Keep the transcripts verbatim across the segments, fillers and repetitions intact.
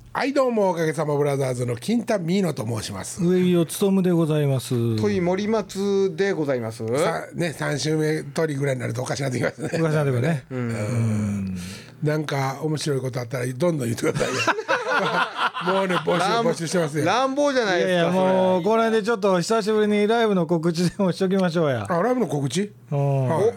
はいどうもおかげさまブラザーズの金田ミーノと申します。 上井勉でございます。 トイ森松でございます。 さねさん週目取りぐらいになるとおかしなってきますね。 おかしなってくるね。 うんうんなんか面白いことあったらどんどん言ってくださいよ。もうね募集募集してますよ。 乱暴じゃないですか。 いやいやもうこれでちょっと久しぶりにライブの告知でもしときましょうや。 あライブの告知？ うん。 はい、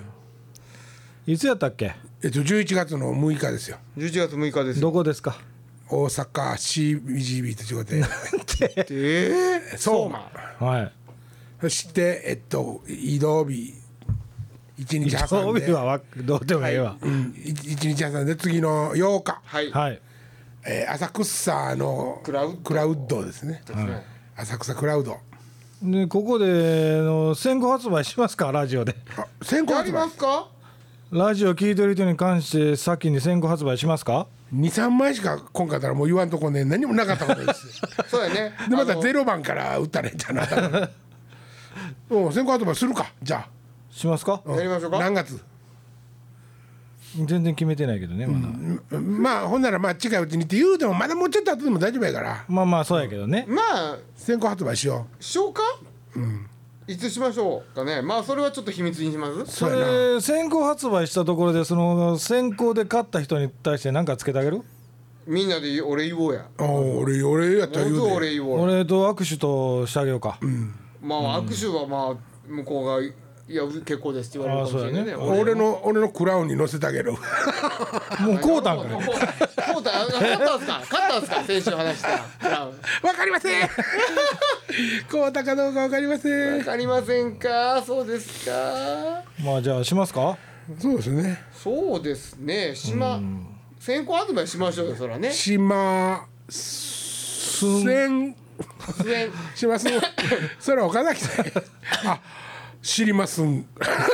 いつやったっけ？ えっとじゅういちがつのむいかですよ。 じゅういちがつむいかです。 どこですか？ 大阪 シービージービー ということで。 えー、 そうま。 はい。 そしてえっと移動日一日挟んで。 移動日はわどうでもいいわ。 うん、一日挟んで次のようか。 はい。 はい。 えー、浅草のクラウドクラウドですね。 ですね。 浅草クラウド。 でここでの先行発売しますかラジオで。 あ先行やりま発売。 すか？ ラジオ聞いてる人に関して先に先行発売しますか？ にさんまいしか今回からもう言わんとこね何もなかったことです。 そうやね。 でまたあのゼロばんから打ったらいいんじゃないかな。もう先行発売するかじゃしますか？ あ。 やりましょうか何月？ 全然決めてないけどねまだ。 まあほんならまあ近いうちにって言うてもまだもうちょっと後でも大丈夫やからまあまあそうやけどね。 まあ先行発売しよしようか。いつしましょうかね。まあそれはちょっと秘密にします。 う。 そそうやな。 れ先行発売したところでその先行で買った人に対して何かつけてあげる？ みんなで俺言おうや。 あ俺俺やったらまず言うで。 俺言おうや。 俺と握手としてあげようか。 まあ握手はまあ向こうがいや結構ですって言われるかもしれないね。 あ俺の俺のクラウンに乗せてあげる。 もうこうたんかね。 こうた勝ったんすか？勝ったんすか？先週話したクラウン。 わかりません。こうたかどうかわかりませんわ。かりませんか？そうですか。 まあじゃあしますか？ そうですね。 そうですね。島先行発売しましょうよそらね。 しません出演します。それは岡崎さん。あ知りますん。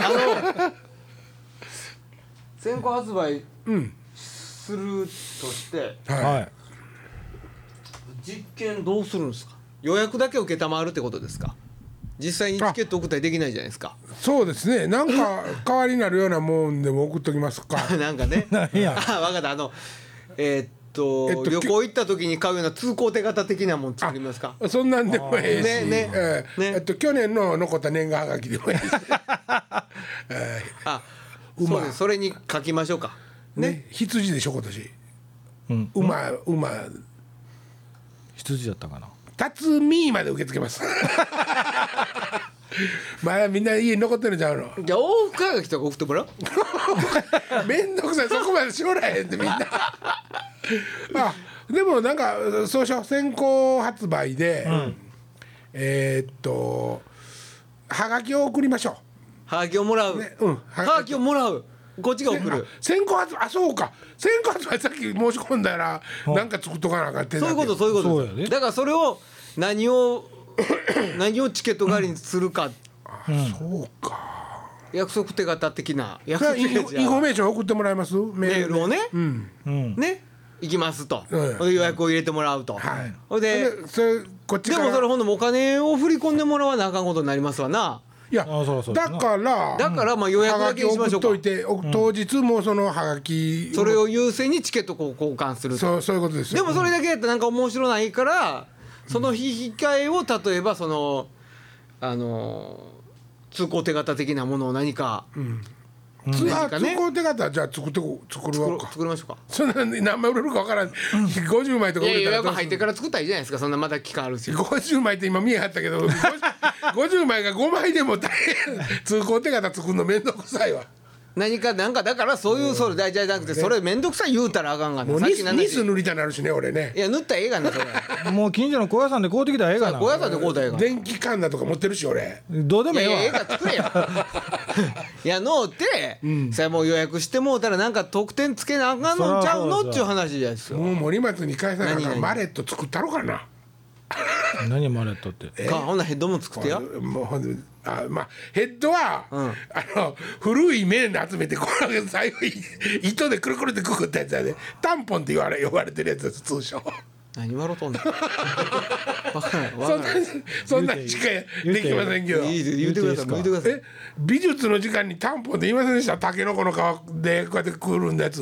先行発売するとしてはい。 はい。 実験どうするんですか？予約だけ受けたまるってことですか？実際にチケット送ったりできないじゃないですか。 そうですね。なんか代わりになるようなもんでも送っときますか。 なんかね。 何やあ、分かった。あのえーっと、 えっと旅行行った時に買うような通行手形的なもん作りますか？ そんなんでもええし、 ねねええねえっと去年の残った年賀はがきでもええし、えあ、 馬そうです。それに書きましょうか。 えね羊でしょ今年。 うん。 馬馬羊だったかな。 辰巳まで受け付けます。まだみんな家に残ってるんちゃうの。 じゃあ往復はがきとか送ってもらう？ めんどくさいそこまでしおらへんってみんな。あでもなんかそうしよう先行発売で、えーっとはがきを送りましょはがきをもらう。 う。ねうん。 はがきをもらう。こっちが送る。 先行発売あそうか先行発売さっき申し込んだらなんか作っとかなあかんってそういうことそういうことです。 そうやねだからそれを何を何をチケット代わりにするか、 そうか。 約束手形的な約それはイン束手形フインフォメーション送ってもらえますメメールをね、 うんうん。 ね行きますと、 うんほいで予約を入れてもらうと、 はいほいででそれこっちからでもそれほんのお金を振り込んでもらわなあかんことになりますわな。 いやあそうそうだからだからまあ予約だけにしましょうかはがき送っといてお当日もそのはがきそれを優先にチケットを交換すると。 そうそういうことですよ。 でもそれだけやったらなんか面白ないからその日控えを例えばそのあの通行手形的なものを何かつあ何かね通行手形じゃあ作ってこ作る作ろわか。 作りましょうか。 そんなに何枚売れるかわからん。ごじゅうまいとかいや売れたらどうする予約入ってから作ったらいいじゃないですか。そんなまだ期間あるし。 ごじゅうまいって今見えはったけどごじゅうまいがごまいでも大変通行手形作るの面倒くさいわ。 何かなんかだからそういうそれ大事じゃなくてそれ面倒くさい言うたらあかんがな。 もうニスさっきの話ニス塗りたなるしね俺ねい。や塗ったらええがなそれ。 もう近所の高野山で買うてきたらええがな。 小屋さんでこうだええが。 電気カンナとか持ってるし俺。 どうでもええわ。 いやいやええが作れよ。いやのうて、さあもう予約してもうたらなんか特典つけなあかんのんちゃうのっちゅう話ですよ。 もう森松に返さなあか何々 んマレット作ったろかな。 何マレットって。 かほんならヘッドも作ってや。 もうほんであまあヘッドは、 んあの古い面で集めてこの最後糸でくるくるってくくったやつやでタンポンって言われ呼ばれてるやつです通称。 何笑うとんねん。わからんわそんなからん。 そんなんしかできませんけど。 いいで言うてください言うてください。 え美術の時間にタンポンって言いませんでした。タケノコの皮でこうやってくるんだやつ。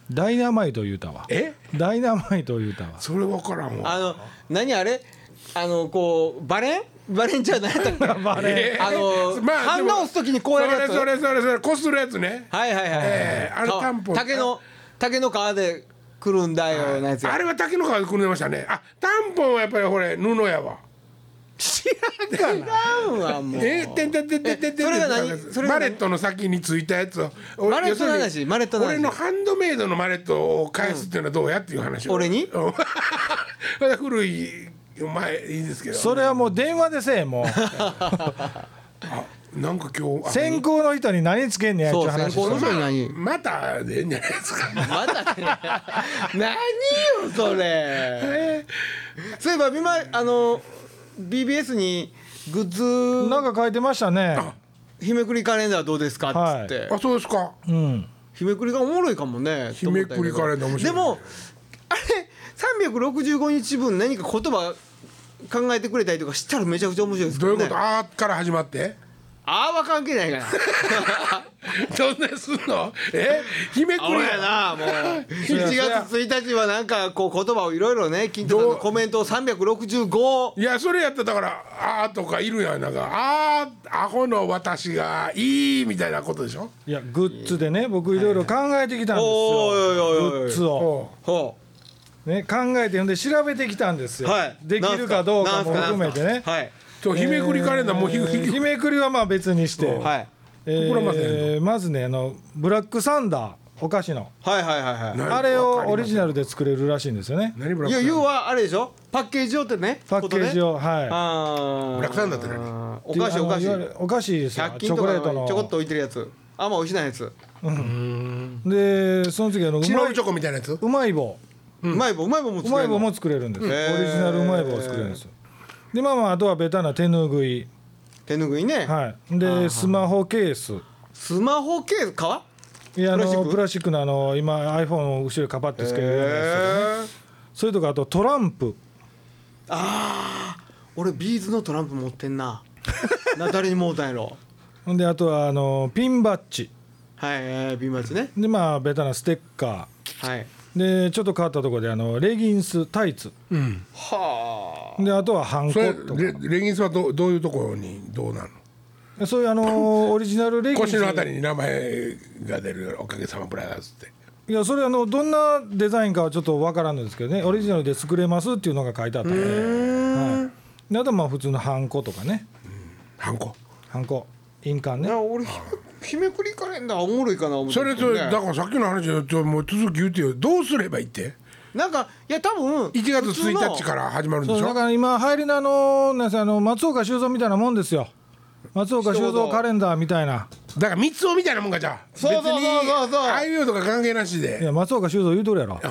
ダイナマイト言うたわ。 えダイナマイト言うたわ。 それ分からんわ。 あの何あれあのこうバレンバレンじゃないやったっけバレンあの、まあ、反応押すときにこうやるやつそれそれそれそれこするやつね。 はいはいはい、 えーあれタンポン竹の竹の皮でくるんだよなやつやあれは竹の皮でくるんでましたね。あタンポンはやっぱりこれ布やわ。 知らんかな違うわもうえー、てんてんてんてんてんてんそれが何それが何マレットの先についたやつを俺マレットの話要するにマレットの話俺のハンドメイドのマレットを返すっていうのはどうやっていう話を、 俺にうんこれ古い前いいですけどそれはもう電話でせえもうあなんか今日あ先行の人に何つけんねやっちゅうそう話先行の人に何またでいいんじゃないですか。 まだね何よそれそういえば今あの ビービーエス にグッズなんか書いてましたね。 日めくりカレンダーどうですかっつって、 あそうですか。 うん。 日めくりがおもろいかもね日めくりカレンダー面白いでもあれさんびゃくろくじゅうごにちぶん何か言葉考えてくれたりとかしたらめちゃくちゃ面白いですけどね。 どういうことあーから始まってあーは関係ないからどんなすんのえ日めくり俺やなもういちがつついたちはなんかこう言葉をいろいろね金太さんのコメントをさんびゃくろくじゅうごいやそれやったらだからあーとかいるやんなんかあーアホの私がいいみたいなことでしょ。 いやグッズでね僕いろいろ考えてきたんですよ。 おいおいおいおいグッズをおほね考えてんで調べてきたんですよ。 はいできるかどうかも含めてね。 はいそう日めくりカレンダーもうひえー日めくりはまあ別にして、 はいえ膨らませへんーまずねあのブラックサンダーお菓子のはいはいはいはいなあれをオリジナルで作れるらしいんですよね。 何ブラックいや要はあれでしょパッケージ用ってねパッケージを、はい。 あブラックサンダーって何お菓子お菓子いわゆるお菓子ですよひゃく均とかチョコレートのちょこっと置いてるやつあんま美味しないやつでその次あのうまいチロルチョコみたいなやつうまい棒うまい棒うまい棒もう作れるのまい棒も作れるんです、 へーオリジナルうまい棒を作れるんです。でまあまああとはベタな手ぬぐい、 手ぬぐいねはい、でスマホケース、 スマホケース革いやあプラスチックのプラスチックのあの今 iPhone を後ろにカパってつけるようなやつとかね、 へーそれとかあとトランプ、 あー俺ビーズのトランプ持ってんなな誰にもうたんやろほんであとはあのピンバッジはいえービーマッチねでまあベタなステッカはいーでちょっと変わったところであのレギンスタイツうんはであとはハンコそれとかレレギンスはどどういうところにどうなの。 そういうあのオリジナルレギンス腰のあたりに名前が出るおかげさまブラザーズっていやそれあのどんなデザインかはちょっとわからんのですけどねオリジナルで作れますっていうのが書いてあったんで、はい、であとまあ普通のハンコとかねハンコハンコ印鑑ねいや俺ひ日めくりカレンダーおもろいかな思ってそれとねだからさっきの話でちょもう続き言うてよどうすればいいってなんかいや多分いちがつついたちから始まるんでしょ。 そうだから今入りのあのなんせあの松岡修造みたいなもんですよ。松岡修造カレンダーみたいな。 だから三つおみたいなもんかじゃあそうそうそうそう別にあいうとか関係なしいでや松岡修造言うとるやろ。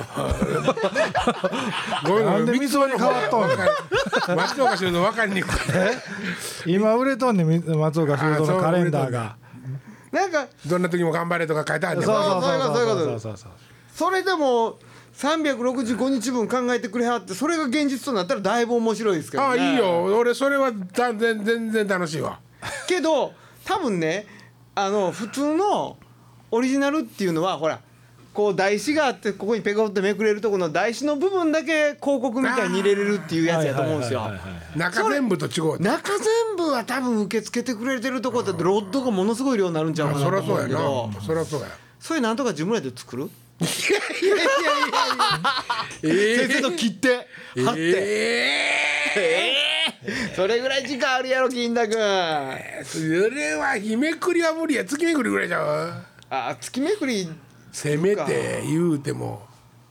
ごめんごめんなんで三つおに変わっとんねん松岡修造分かりにくい今売れとんねんみ松岡修造のカレンダーが。 なんかどんな時も頑張れとか書いてあるんだよそうそうそうそういうことそうそうそう。 それでもさんびゃくろくじゅうごにちぶん考えてくれはってそれが現実となったらだいぶ面白いですけどねああいいよ俺それは全然全然楽しいわ。 けど多分ねあの普通のオリジナルっていうのはほらこう台紙があってここにペコってめくれるところの台紙の部分だけ広告みたいに入れれるっていうやつやと思うんですよはいはいはいはい中全部と違う中全部は多分受け付けてくれてるところってロッドがものすごい量になるんちゃうかなそと思うりゃそうやけどなそりゃそうやそれなんとか自分らで作るいやいやいやいや先生と切って貼って、 えそれぐらい時間あるやろ金田君えそれは日めくりは無理や月めくりぐらいじゃうあ月めくりせめて言うても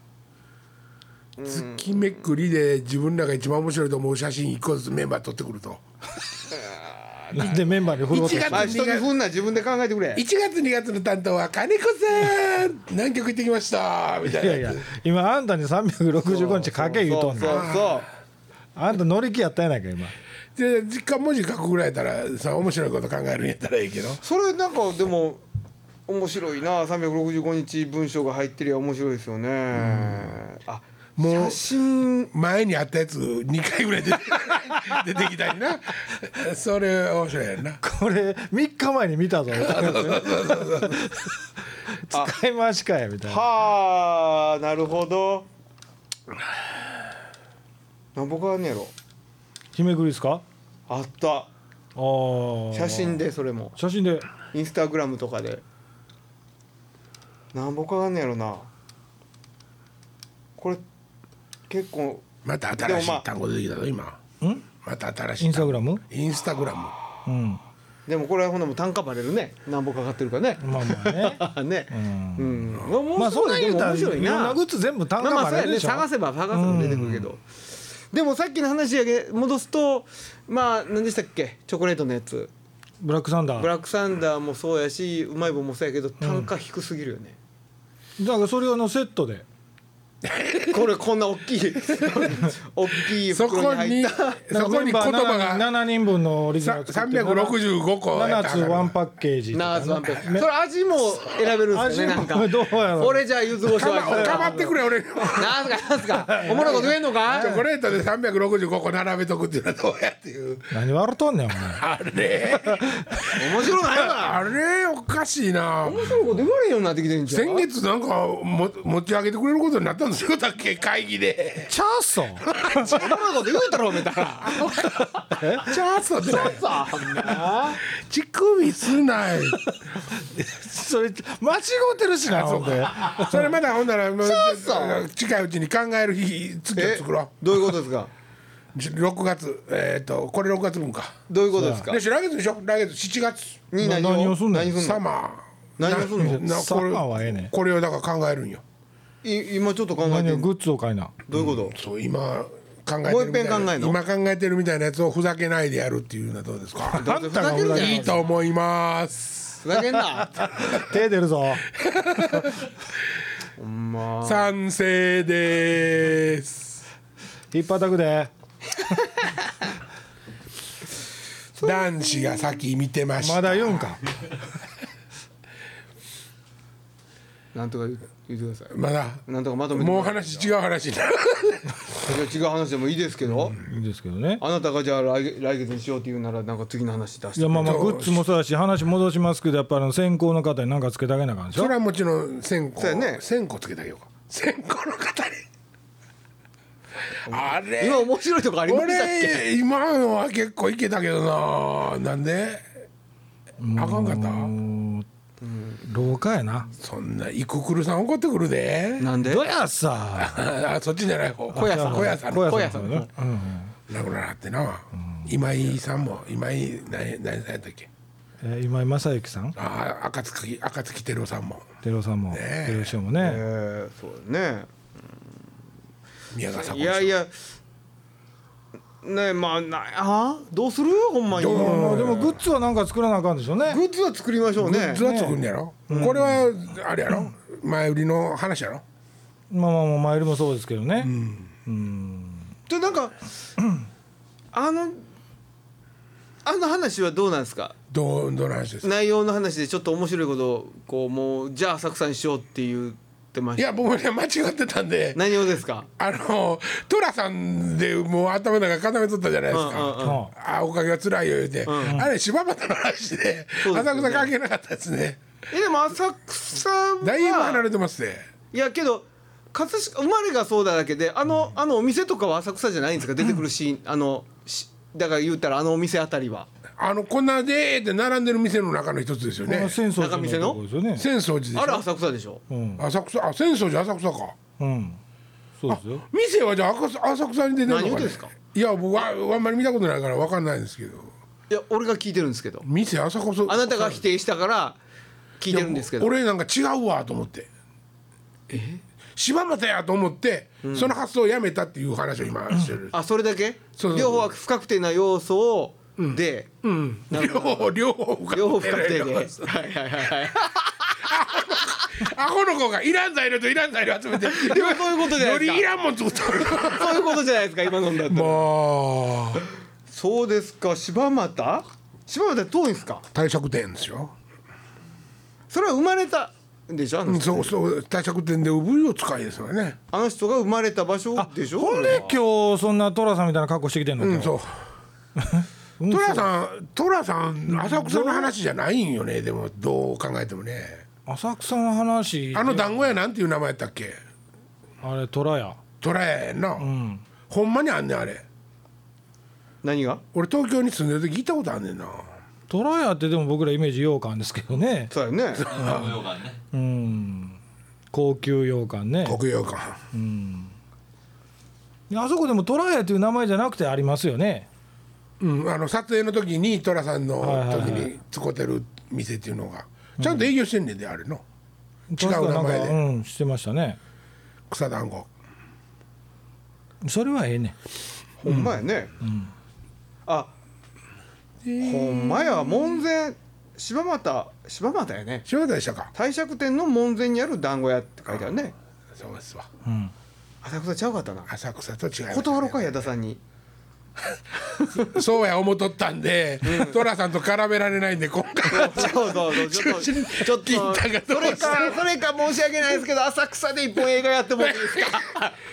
月めくりで自分らが一番面白いと思う写真一個ずつメンバー撮ってくるとなんでメンバーに振ろうとして一月まあ人に踏んな自分で考えてくれいちがつにがつの担当は金子さん何曲行ってきましたみたいないやいや今あんたにさんびゃくろくじゅうごにちかけ言うとんねん。 そうそうそうあんた乗り気やったやないか今。 で実家文字書くぐらいやったらさ面白いこと考えるんやったらいいけどそれなんかでも面白いなさんびゃくろくじゅうごにち文章が入ってりゃ面白いですよね、あもう写真前にあったやつにかいぐらい出て出てきたりなそれ面白いやんなこれみっかまえに見たぞ。 使い回しかやみたいな。 はあなるほど。なんぼかあんねやろ。 日めくりですか？ あったああ。 写真でそれも写真で。 インスタグラムとかでなんぼかあんねやろな。これ結構また新しい単語出てきたぞ今。 ん？ また新しいインスタグラム？ インスタグラム。 うん。 でもこれはほんでも単価バレるね。なんぼかかってるかね。 まあまあね。 ね。 ううんん。 まあそんなん言うたら面白いいろんなな。 グッズ全部単価まあまあそうやね。 バレるでしょ。 探せば探せば出てくるけど。でもさっきの話やけ戻すとまあ何でしたっけチョコレートのやつ。 ブラックサンダー。 ブラックサンダーもそうやしうまい棒もそうやけど単価低すぎるよね。 だからそれをのセットで。 これこんな大きい大きいそこに袋に入ったそこに言葉がななにんぶんのオリジナルさんびゃくろくじゅうごこななつワンパッケージとかね。 ナーズワンペそれ味も選べるんですよねなんか味もどうやろう。 俺じゃあ柚子胡椒味かまってくれ俺のなんすかなんすかおもろいこと言えんのかチョコレートでさんびゃくろくじゅうごこ並べとくっていうのはどうやっていう何笑っとんねんお前。 あれ面白ないわあれおかしいな。 面白いこと言われんようになってきてんじゃん先月なんかも持ち上げてくれることになったんですよだっけ会議でチャーソー。 おもろいこと言うたろめたらチャーソーってないさあんな乳首すないそれ間違ってるしなほんで。 それまだほんならもうそう近いうちに考える日月を作ろどういうことですかうろくがつえっとこれろくがつぶんかどういうことですかでし来月でしょ来月しちがつに何を何をすんの何すんのサマー何をすんのなサマーはええねん。 これをだから考えるんよい今ちょっと考えてん何をグッズを買いな。 どういうことそう今考えてるみたいなもう一遍考えんの今考えてるみたいなやつをふざけないでやるっていうのはどうですかどうせふざけるじゃないいいと思いますふざけんな手出るぞ。 ほんま賛成です引っ叩くで。 男子が先見てましたまだ言うんか。 なんとか言う言ってくださいまだなんとかまとめてもう話違う話になるじゃあ違う話でもいいですけど、 いいですけどね。 あなたがじゃあ来月来月にしようって言うならなんか次の話出していやまあまあグッズもそうだし話戻しますけどやっぱりあの先行の方に何かつけてあげなあかんでしょ。 それはもちろん線香そうやね線香つけてあげようか線香の方にあれ今面白いとこありましたっけ俺今のは結構いけたけどななんであかんかったもう廊下やな。 そんなイククルさん怒ってくるでなんでどやさ。 あそっちじゃない方小屋さん小屋さん小屋小屋さんさんね。うん亡くならってな今井さんも今井何何さんやったっけえー今井正幸さん、 ああ暁暁照夫さんも照夫さんもね照夫師匠もね。 えー、そうね宮川さんいやいやねまあなあどうするほんまにどうまあでもグッズはなんか作らなあかんでしょうね。 グッズは作りましょうね図は作るんやろこれはあれやろ前売りの話やろまあまあまあ前よりもそうですけどね。 でなんかあのあの話はどうなんですかどうどうの話ですか内容の話でちょっと面白いことをこうもうじゃあ浅草にしようって言ってましたいや僕ね間違ってたんで何をですかあの寅さんでもう頭の中固めとったじゃないですか、 うんうんうんはあおかげは辛いよ言うて、あれ柴又の話でそうですよね浅草関係なかったですねえでも浅草はだいぶ離れてますねいやけど葛飾生まれがそうだだけであのあのお店とかは浅草じゃないんですか出てくるシーンあのしだから言ったらあのお店あたりはあのこんなでーって並んでる店の中の一つですよこのね浅草寺中店のとこですよね。 浅草寺でしょあれ浅草でしょうん浅草あ浅草寺浅草かうんそうですよ。 店はじゃあ浅草浅草に出てるのか、ね、 何をですかいや僕はあんまり見たことないから分かんないんですけどいや俺が聞いてるんですけど店浅草あなたが否定したから聞いてるんですけど俺なんか違うわと思ってえ柴又やと思って、うん、その発想をやめたっていう話を今してる、うん、 あそれだけそうそうそう両方は不確定な要素を、うん、で、 うん、両方両方不確定両方不確定ではいはいはいはいアホの子がいらん材料といらん材料集めてでもそういうことじゃないですかよりいらんもん作ったそういうことじゃないですか今のんだったらもうそうですか柴又柴又遠いんですか帝釈天ですよそれは生まれたでしょあの人、 そうそう帝釈天で産湯を使いですよねあの人が生まれた場所でしょほんで今日そんな寅さんみたいな格好してきてんの。 うんそう寅さん寅さん浅草の話じゃないんよねでもどう考えてもね浅草の話あの団子屋なんていう名前やったっけ？ あれ虎屋。 虎屋やんな、 うんほんまにあんねんあれ。 何が？ 俺東京に住んでる時聞いたことあんねんな。 虎屋ってでも僕らイメージ羊羹ですけどね。 そうやね。 うん高級羊羹ね。 国用館。 うんあそこでも虎屋という名前じゃなくてありますよね。 うん、あの撮影の時に寅さんのはいはいはい時に使ってる店っていうのがちゃんと営業してんねんであれの、違う名前確かなんかでうんしてましたね。 草団子。 それはええね。 ほんまやね。あ、ほんまや。門前柴又柴又やね。 柴田でしたか？ 帝釈天の門前にある団子屋って書いてあるね。 そうですわ。 うん浅草ちゃうかったな。 浅草と違いますね。 断ろうか矢田さんに。 そうや思っとったんで寅さんと絡められないんで今回はそうそうそう。ちょっとちょっと金太がどそうれしてかそれか申し訳ないですけど浅草で一本映画やってもいいですか。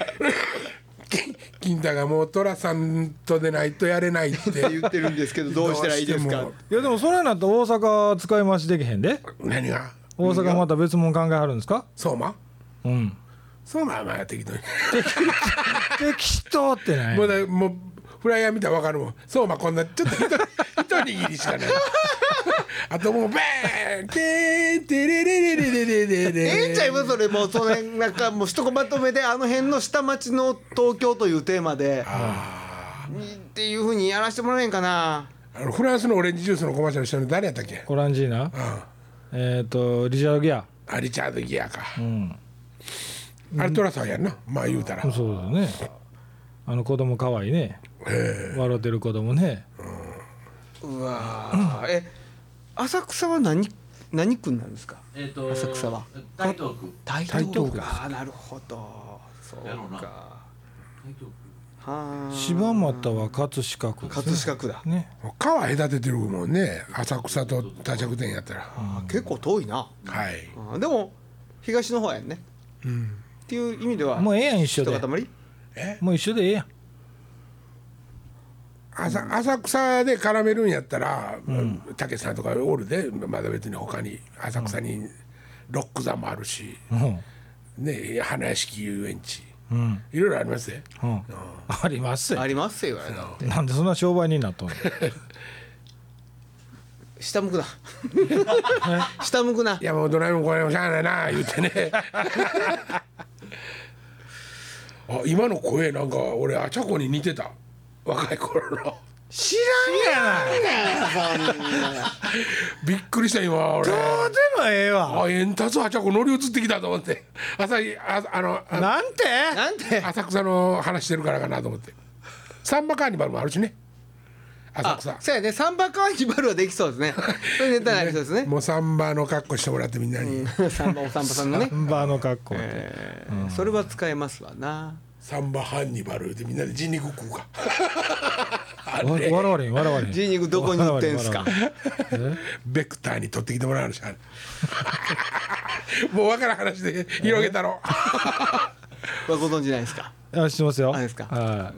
金太がもう寅さんとでないとやれないってって言ってるんですけどどうしたらいいですかどうしても。 いやでもそれなったら大阪使い回しできへんで。 何が大阪また別物考えはるんですか。 相馬うん相馬はまあ適当に適当ってないもうだもうフライヤー見たら分かるもん。相馬こんなちょっと一一握りしかないあともうバーンてーてれれれれれれれええんちゃいますそれもうそれなんかもう一言まとめであの辺の下町の東京というテーマでっていうふうにやらせてもらえんかな。 あのフランスのオレンジジュースのコマーシャルしてるの誰やったっけ？ オランジーナえっとリチャード・ギア。 あリチャード・ギアか、 うんあれ寅さんやんなまあ言うたら、 そうだね。あの子供可愛いね。笑ってる子供ね。 うわーえ浅草は何何区なんですか。 えーと浅草は台東区台東区区か。なるほどそうやろうなか。 台東区はあ柴又は葛飾区ですね。 葛飾区だ。 ね。 川隔ててるもんね浅草と帝釈天やったら、 あ結構遠いな。 はい、 あでも東の方やんねうん、 っていう意味ではもうええやん一緒で。 人塊えもう一緒でええやん。 浅, 浅草で絡めるんやったらたけしさんとかおるでまだ別に他に浅草にロック座もあるし、 うんね花屋敷遊園地うんいろいろありますね。 うんありますよあ。りますよあれだってなんでそんな商売になっとんの。 下向くな下向くないやもうドラえもんこれもしゃあないな言うてねあ今の声なんか俺あちゃこに似てた若い頃の知らんやんびっくりした今俺どうでもええわ。 あえんたつあちゃこ乗り移ってきたと思って朝日ああのあなんて。 なんて浅草の話してるからかなと思ってサンバカーニバルもあるしね浅あ草そうやねサンバカーニバルはできそうですねそれネタになりそうですねもうサンバの格好してもらってみんなに、 サンバお散歩さんのねサンバの格好って。 えーそれは使えますわなサンバハンニバルでみんなで人肉食うかあわれ笑われん笑われん。 ジーニングどこに売ってんすか笑われん。 ベクターに取ってきてもらうのしゃもう分からん話で広げたろはご存知ないですかあ知ってますよ。 あですか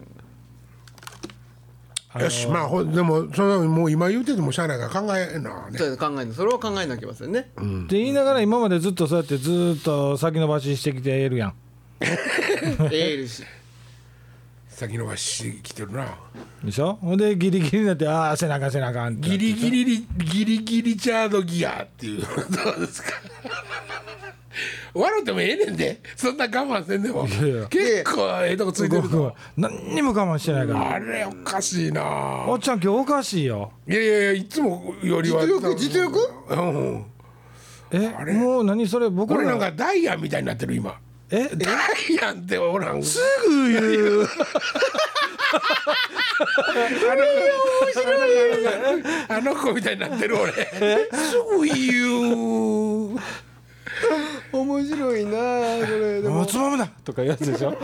はい。 よしまあほでもそのもう今言うててもしゃあないから考えなねそう考えるそれは考えなきゃいけませんねって言いながら今までずっとそうやってずっと先延ばししてきてるやん。 エールし先延ばししてきてるなでしょ。ほんでギリギリになってああせなあかんせなあかんってギリギリリギリギリチャードギアっていうどうですか笑ってもええねんでそんな我慢せんでもいやいや結構ええとこついてる僕ぞは何にも我慢してないから。 あれおかしいなおっちゃん今日おかしいよ。 いやいやいやいつもよりは実力実力うんえもう何それ僕ら俺なんかダイアンみたいになってる今えダイアンっておらんすぐ言う。 あの子みたいになってる俺すぐ言う面白いなこれでももうつまむなとかいうやつでしょ。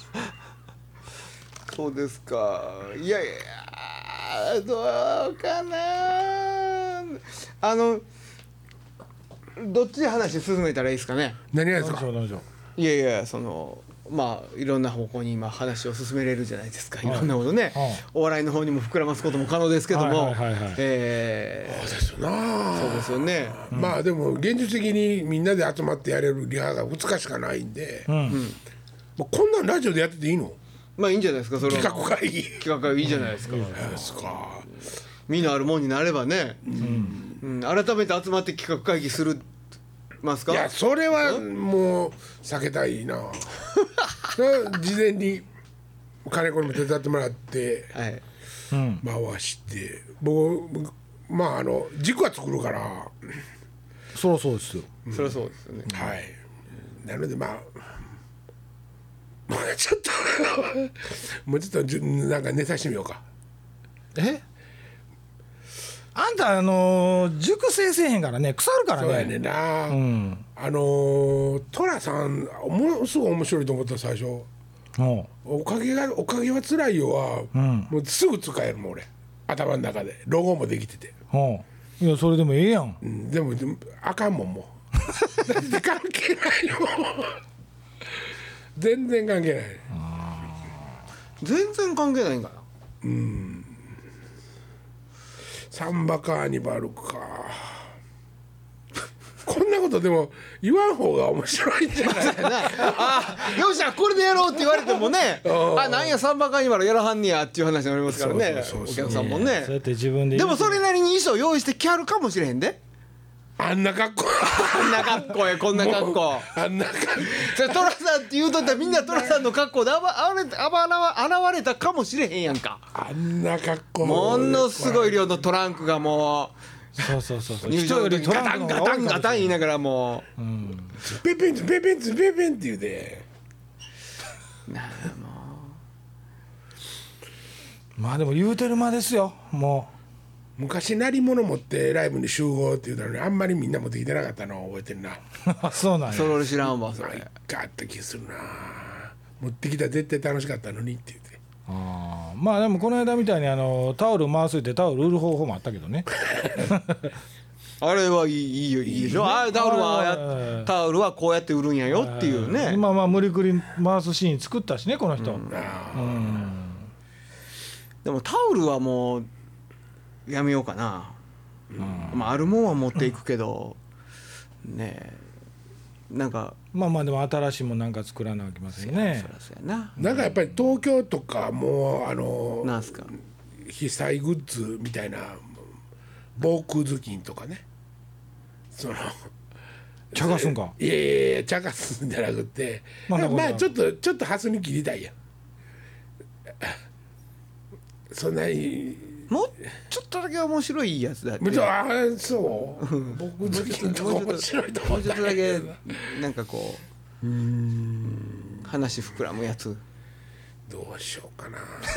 そうですかいやいやどうかなあのどっちで話進めたらいいですかね何がですかどうしようどうしよいやいやそのまあいろんな方向に今話を進めれるじゃないですか、いはいろんなことね、 はいお笑いの方にも膨らますことも可能ですけども、 はいはいはいはいえそうですよなーそうですよね、 まあでも現実的にみんなで集まってやれるリハがふつかしかないんで、 うんもうこんなんラジオでやってていいの？ まあいいんじゃないですか、それは企画会議企画会議いいじゃないですか、 ですか。 みんなあるもんになればね、うん改めて集まって企画会議するますか。 いやそれはもう避けたいなそれは事前に金子にも手伝ってもらってはいうん回して僕まああの軸は作るから、はそりゃそうですよ。 そりゃそうですよね、 いなのでまあもうちょっともうちょっとじゅなんか寝さしてみようか。 えあんたあのー熟成せえへんからね腐るからね。 そうやねんな、 うんあのー寅さんものすごい面白いと思った最初。 おおかげがおかげは辛いよは、 うんもうすぐ使えるもん俺頭の中でロゴもできてて、 おいやそれでもええやん。 うん、でもでもあかんもんもうだって関係ないよ全然関係ない全然関係ないんかな。 サンバカーニバルかこんなことでも言わん方が面白いんじゃないあよっしゃこれでやろうって言われてもねあなんやサンバカーニバルやらはんねやっていう話になりますからね、 そうそうそうそうお客さんもそうやね。 って自分でで言うもそれなりに衣装用意してきはるかもしれへんで。 あんな格好こんな格好やこんな格好。 あんな格好それトラさんって言うとったらみんなトラさんの格好であばあれあばあら現れたかもしれへんやんか。 あんな格好ものすごい量のトランクがもそうそうそうそうう入人よりトランクのガタンガタンガタン言いなながらもペペンツペペンツペペンって言うてまあでも言うてる間ですよも昔鳴り物持ってライブに集合って言うたのにあんまりみんな持ってきてなかったのを覚えてるなうそうなんやそれ俺知らんわそなんれ。 かあった気するな持ってきたら絶対楽しかったのにって言ってあーまあでもこの間みたいにあのタオル回すってタオル売る方法もあったけどねあれはいいいいよいいでしょ。ああタオルはああやタオルはこうやって売るんやよっていうね。 今まあ無理くり回すシーン作ったしねこの人、うんでもタオルはもうやめようかな、まああるもんは持っていくけどねえなんかまあまあでも新しいもんなんか作らなきゃいけませんねそりゃそうやな。 なんかやっぱり東京とかもうあのなんすか被災グッズみたいな防空頭巾とかねその茶化すんかいやいやいや茶化すんじゃなくてまあまあちょっとちょっとハスに切りたいやんそんなにもうちょっとだけ面白いやつだってもうちょあーそう僕頭巾とか面白いとも思ったうちょっとだけなんかこう話膨らむやつ。 どうしようかな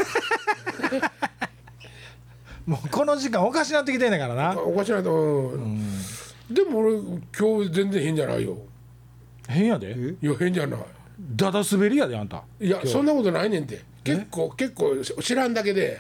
もうこの時間おかしなってきてんねんからなおかしいなと思う、でも俺今日全然変じゃないよ変やでいや変じゃないダダ滑りやであんたいやそんなことないねんて結構結構知らんだけで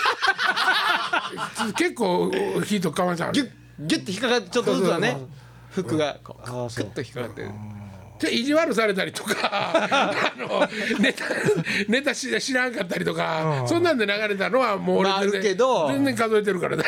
結構火とかわさんギュッギュッて引っかかってちょっとずつはね服がこうあーそうクッと引っかかってる。 じゃ意地悪されたりとかあのネタネタし知らんかったりとかそんなんで流れたのはもう俺まあある全然けど全然数えてるからね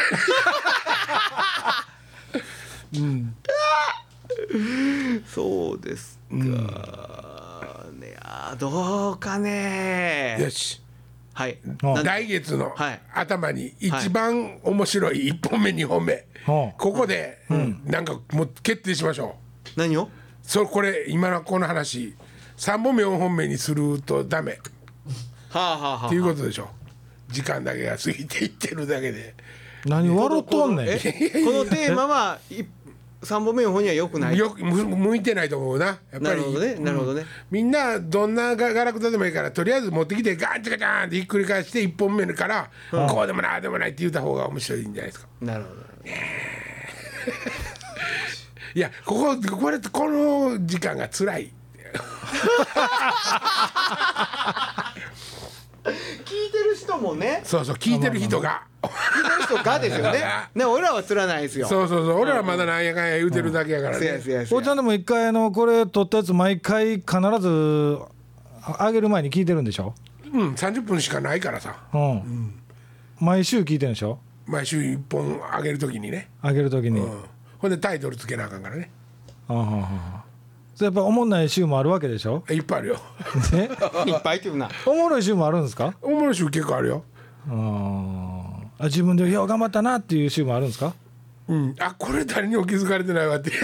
そうですか、ねあどうかね。 よしはいうんなん来月のはい頭に一番面白いいっぽんめにほんめはあここでなんかもう決定しましょう何をそれこれ今のこの話さんぼんめよんほんめにするとダメはあはあはあっていうことでしょ時間だけが過ぎていってるだけで何笑っとんねんえこのテーマはいさんぼんめの方には良くない。 よくむ向いてないと思うなやっぱりなるほどねなるほどね、 みんなどんながガラクタでもいいからとりあえず持ってきてガンチャガチャンってひっくり返していっぽんめからこうでもないああでもないって言った方が面白いんじゃないですかなるほど。 いやこここれこの時間が辛い聞いてる人もねそうそう聞いてる人が聞いてる人がですよねね俺らは釣らないですよ。 そうそうそう俺らまだなんやかんや言うてるだけやからせやねせやせやおっちゃんでも一回あのこれ撮ったやつ毎回必ず上げる前に聞いてるんでしょ。 うんさんじゅっぷんしかないからさ、 うん、毎週聞いてるんでしょ。 毎週いっぽん上げるときにね、 上げるときに、 うん、ほんでタイトルつけなあかんからね。 あははそれやっぱおもんない週もあるわけでしょ。 いっぱいあるよね、 いっぱいっていうな。 おもろい週もあるんですか。 おもろい週結構あるよ。 ああ自分でよう頑張ったなっていう週もあるんですか。 うん、あこれ誰にも気づかれてないわって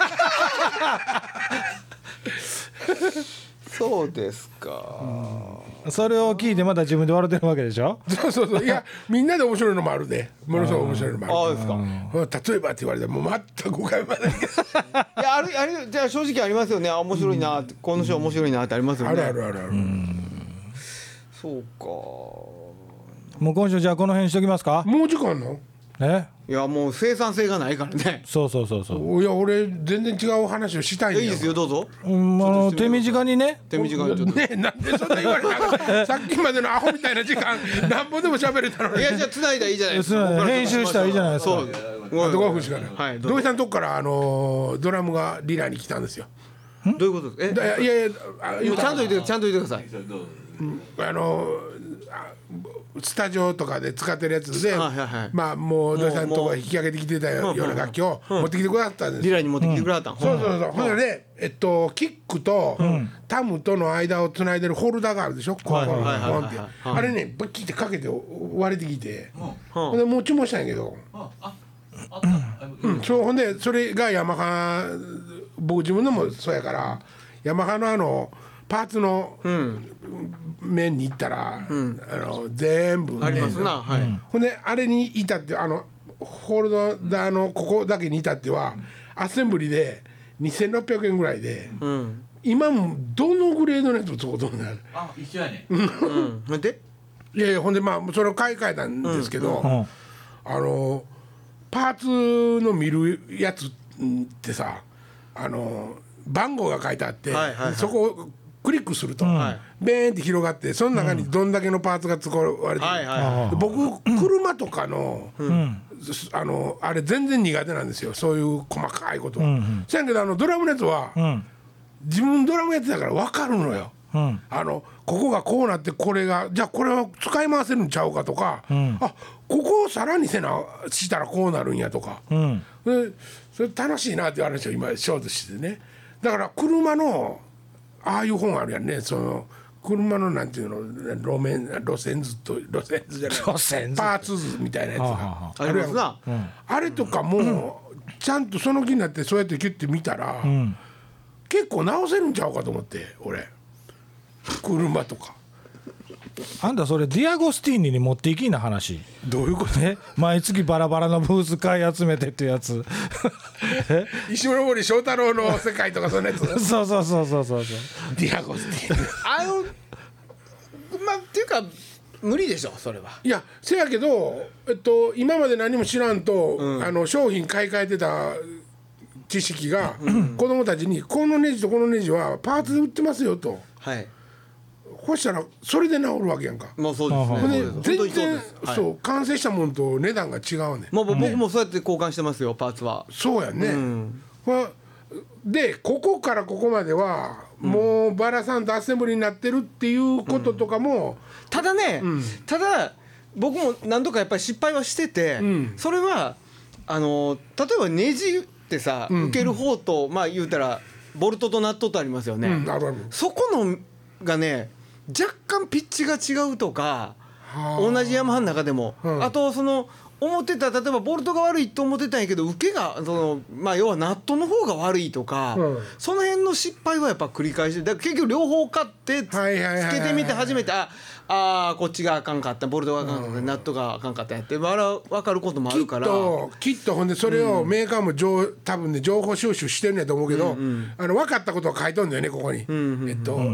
そうですか、 それを聞いてまた自分で笑ってるわけでしょ。 そうそうそういやみんなで面白いのもあるね。ものすごい面白いのもある。 ああですか。 うん例えばって言われても全く誤解までいやあるあるじゃあ正直ありますよね。あ面白いなって、この人面白いなってありますよね。 あるあるあるある。 そうか。 もう今週じゃあこの辺しときますか。 もう時間あんの？ ね、 いやもう生産性がないからね。 そうそうそうそう。 いや俺全然違う話をしたいんだよ。 いいですよどうぞ。 うんあの手短にね。 手短にちょっと。 ねえなんでそんな言われたのさっきまでのアホみたいな時間なんぼでも喋れたのに。 いやじゃあ繋いだらいいじゃないですか。 そう編集したらいいじゃないですか。 そう。 あとごふんしかない。 はい土井さんのとこからあのードラムがリラに来たんですよ。 どういうことですか。 だいやいやあえちゃんと言ってちゃんと言ってください。 あのあスタジオとかで使ってるやつで、 はいはいはいまあもう土井さんのとこもう引き上げてきてたような楽器を持ってきてくださったんですリラに持ってきてくれはったん。 そうそうそうほんでねえっとキックとタムとの間をつないでるホルダーがあるでしょ、ここはいはいはいはいポンってはいあれねバッキってかけて割れてきてうんほんで持ちもしたんやけど、 あああったうん、そうほんでそれがヤマハ僕自分のもそうやからヤマハのあのパーツの面に行ったら、あの全部ありますな。はい。 ほんであれに至ってあのホールダーのここだけに至ってはアッセンブリでにせんろっぴゃくえんぐらいで、 うん。 今もどのグレードのやつもそうことになる。 あ一緒やねうん。ほんで。 いやいやほんでまあそれを買い替えたんですけど、 うんあのパーツの見るやつってさあの番号が書いてあって、 はいはいはいそこをクリックすると、 はいベーンって広がってその中にどんだけのパーツが使われてる、 はいはい。 で僕車とかの,、 んあのあれ全然苦手なんですよそういう細かいことは。そやけどあのドラムのやつは、 うん自分ドラムやってたから分かるのよ。 うんあのここがこうなってこれがじゃあこれは使い回せるんちゃうかとか、 んあここをさらにせなしたらこうなるんやとか、 うんでそれ楽しいなっていう話を今ショートしてね。だから車のああいう本あるやんねその車のなんていうの路面路線図と路線図じゃない路線図パーツ図みたいなやつが、 はあはありますな。 ああれとかもちゃんとその気になってそうやってキュッて見たら、 ん結構直せるんちゃうかと思って俺車とか。 あんたそれディアゴスティーニに持っていきな話。 どういうことね毎月バラバラのブース買い集めてっていうやつえ石森章太郎の世界とかそんなやつそうそうそうそうそうそうディアゴスティーニあのまあっていうか無理でしょそれは。 いやせやけど、えっと、今まで何も知らんと、あの商品買い替えてた知識が、子供たちにこのネジとこのネジはパーツで売ってますよとはい。 こしたらそれで治るわけやんか。 もうそうですね。 ほんでそうです本当にそう全然です。はいそう完成したものと値段が違うねん。 もう僕もそうやって交換してますよパーツは。 そうやね、 んまあでここからここまではもうバラさんとアッセンブリになってるっていうこととかも、 ただね、ただ僕も何度かやっぱり失敗はしてて、 んそれはあの例えばネジってさ、受ける方とまあ言うたらボルトとナットとありますよね、 うんあるあるそこのがね若干ピッチが違うとか、 はあ同じヤマハの中でも、 うんあとその思ってた例えばボルトが悪いと思ってたんやけど受けがそのまあ要はナットの方が悪いとか、 うんその辺の失敗はやっぱ繰り返してだから結局両方買ってつはいはいはいはいつけてみて初めてああーこっちがあかんかったボルトがあかんかった、ナットがあかんかったんやって分かることもあきっるから。 ときっとほんでそれをメーカーも情多分ね情報収集してるんやと思うけど、あの分かったことを書いとんだよねここに、えっと、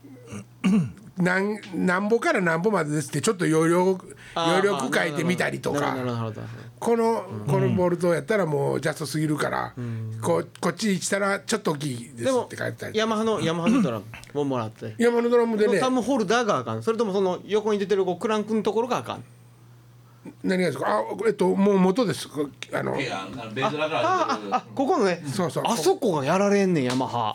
なんなんぼからなんぼまでですってちょっと容量容量区書いてみたりとかなるほどなるほどなるほどこのこのボルトやったらもうジャストすぎるから、ここっちにしたらちょっと大きいでですもって書いてたりヤマハのヤマハのドラムをもらって山のドラムでねタムホルダーがあかんそれともその横に出てるこうクランクのところがあかん何がですかあえっともう元ですあのいやあのベースラからあああここのねそうそうあそこがやられんねんヤマハ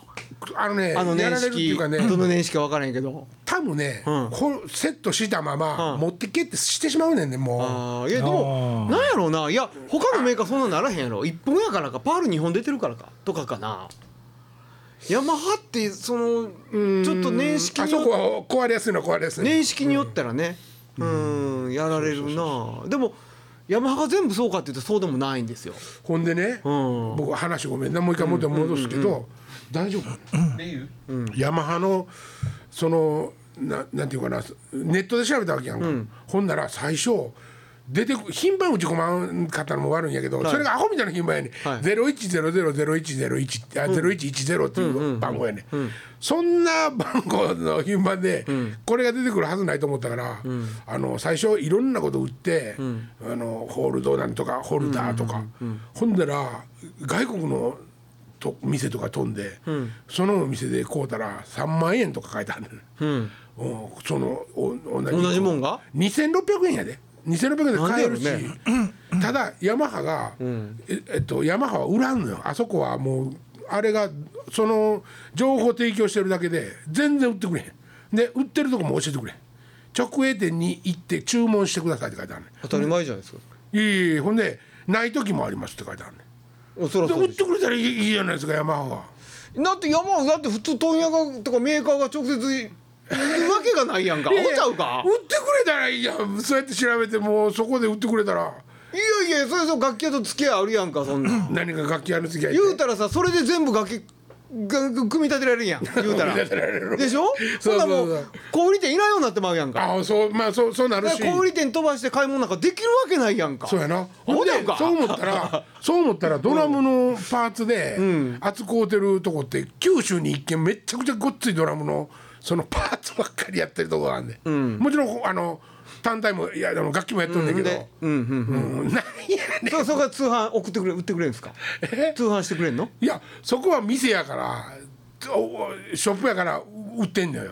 あのねあのやら年式れるっていうかねどの年式か分からへんけど多分ね、 うんこうセットしたままうん持ってけってしてしまうねんねもう。 あーいやでもあーなんやろうないや他のメーカーそんなならへんやろいっぽんやからかパールにほん出てるからかとかかなヤマハってそのちょっと年式あによそこは壊れやすいのは壊れやすいの。 年式によったらねうんやられるなでもヤマハが全部そうかって言うとそうでもないんですよほんでね、 うん僕話ごめんなもう一回元に戻すけど、大丈夫レイユヤマハのそのななんていうかなネットで調べたわけやんか、ほんなら最初出てく頻繁に打ち込まんかったのも悪いんやけど、 はいそれがアホみたいな頻繁やね、 はいゼロいちゼロゼロゼロいちゼロいちあゼロいちいちゼロっていう番号やね、そんな番号の頻繁で、これが出てくるはずないと思ったから、あの最初いろんなこと打って、あのホールドなんとかホルダーとか、ほんだら外国のと店とか飛んで、そのお店で買うたらさんまんえんとか書いてあるね、 うんおそのお同じ同じもんがにせんろっぴゃくえんやでにせんろっぴゃくえんで買えるし、 なんでやただヤマハが、ええっとヤマハは売らんのよあそこはもうあれがその情報提供してるだけで全然売ってくれへんで売ってるとこも教えてくれへん直営店に行って注文してくださいって書いてあるね当たり前じゃないですかいいいいほんでない時もありますって書いてあるねおそらで売っそうですてくれたらいいいいじゃないですかヤマハはだってヤマハだって普通問屋がとかメーカーが直接売るわけがないやんかおちゃうか売ってくれたらいいやんそうやって調べてもうそこで売ってくれたらいやいやそれそう楽器屋と付き合いあるやんかそんなん何が楽器屋の付き合い言うたらさそれで全部楽器が組み立てられるやん言うたら組み立てられるでしょそそんなもうそうそうう小売店いらんようになってまうやんかああそうまあそうそうなるし小売店飛ばして買い物なんかできるわけないやんかそうやなほんでほんでかそう思ったらそう思ったらドラムのパーツで扱うてるとこって九州に一軒めっちゃくちゃごっついドラムのそのパーツばっかりやってるとこがあんね、ん、もちろんあの単体もいやあの楽器もやっとるんだけど、 うんうんうんうん、なんやねんそそこが通販送ってくれ売ってくれるんですか通販してくれんのいやそこは店やからおおショップやから売ってんのよ、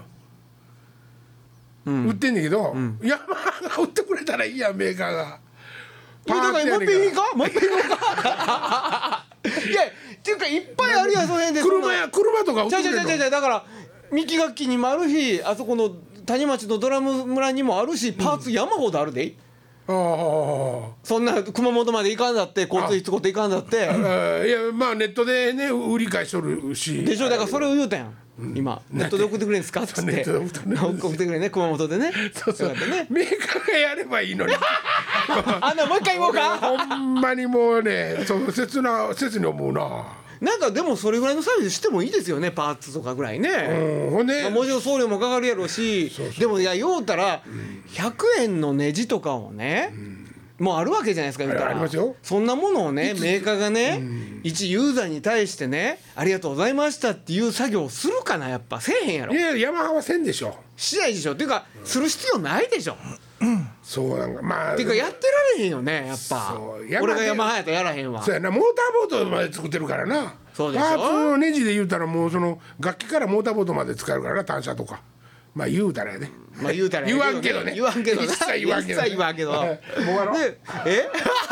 売ってんねんけど、ヤマハが売ってくれたらいいやんメーカーが。 いやだからもう一遍いいかもう一遍いいかいやっていうかいっぱいあるやんその辺で車や車とか売っちゃてくれるのうちゃうちゃうちゃうだから三木楽器にもあるしあそこの谷町のドラム村にもあるしパーツ山ほどあるで、 ああそんな熊本まで行かんだって交通費使って行かんだってああいやまあネットでね売り買いしとるしでしょだからそれを言うたやん今ネットで送ってくれんすかっつってネットで送ってくれん送ってくれね熊本でねそうそうだからねメーカーがやればいいのにあんなもう一回言おうかほんまにもうねそう切な切に思うな、 なんかでもそれぐらいのサービスしてもいいですよねパーツとかぐらいね、 うん、ほんで、 まあもちろん送料もかかるやろうしでもいや言うたらひゃくえんのネジとかをね、もうあるわけじゃないですか言うたらありますよそんなものをねメーカーがね、一ユーザーに対してねありがとうございましたっていう作業をするかなやっぱせえへんやろいやヤマハはせんでしょしないでしょっていうかする必要ないでしょそうなんかまあっていうかやってられへんよねやっぱそうヤマハ俺がヤマハやったらやらへんわそうやなモーターボートまで作ってるからなそうでしょパーツのネジで言うたらもうその楽器からモーターボートまで使えるからな単車とかまあ言うたらやねまあ言うたら言わんけどね言わんけどな一切言わんけどね一切言わんけどもうあのでえ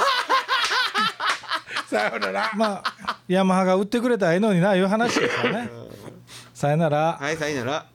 さよならまあヤマハが売ってくれたらええのにないう話ですよねさよならはいさよなら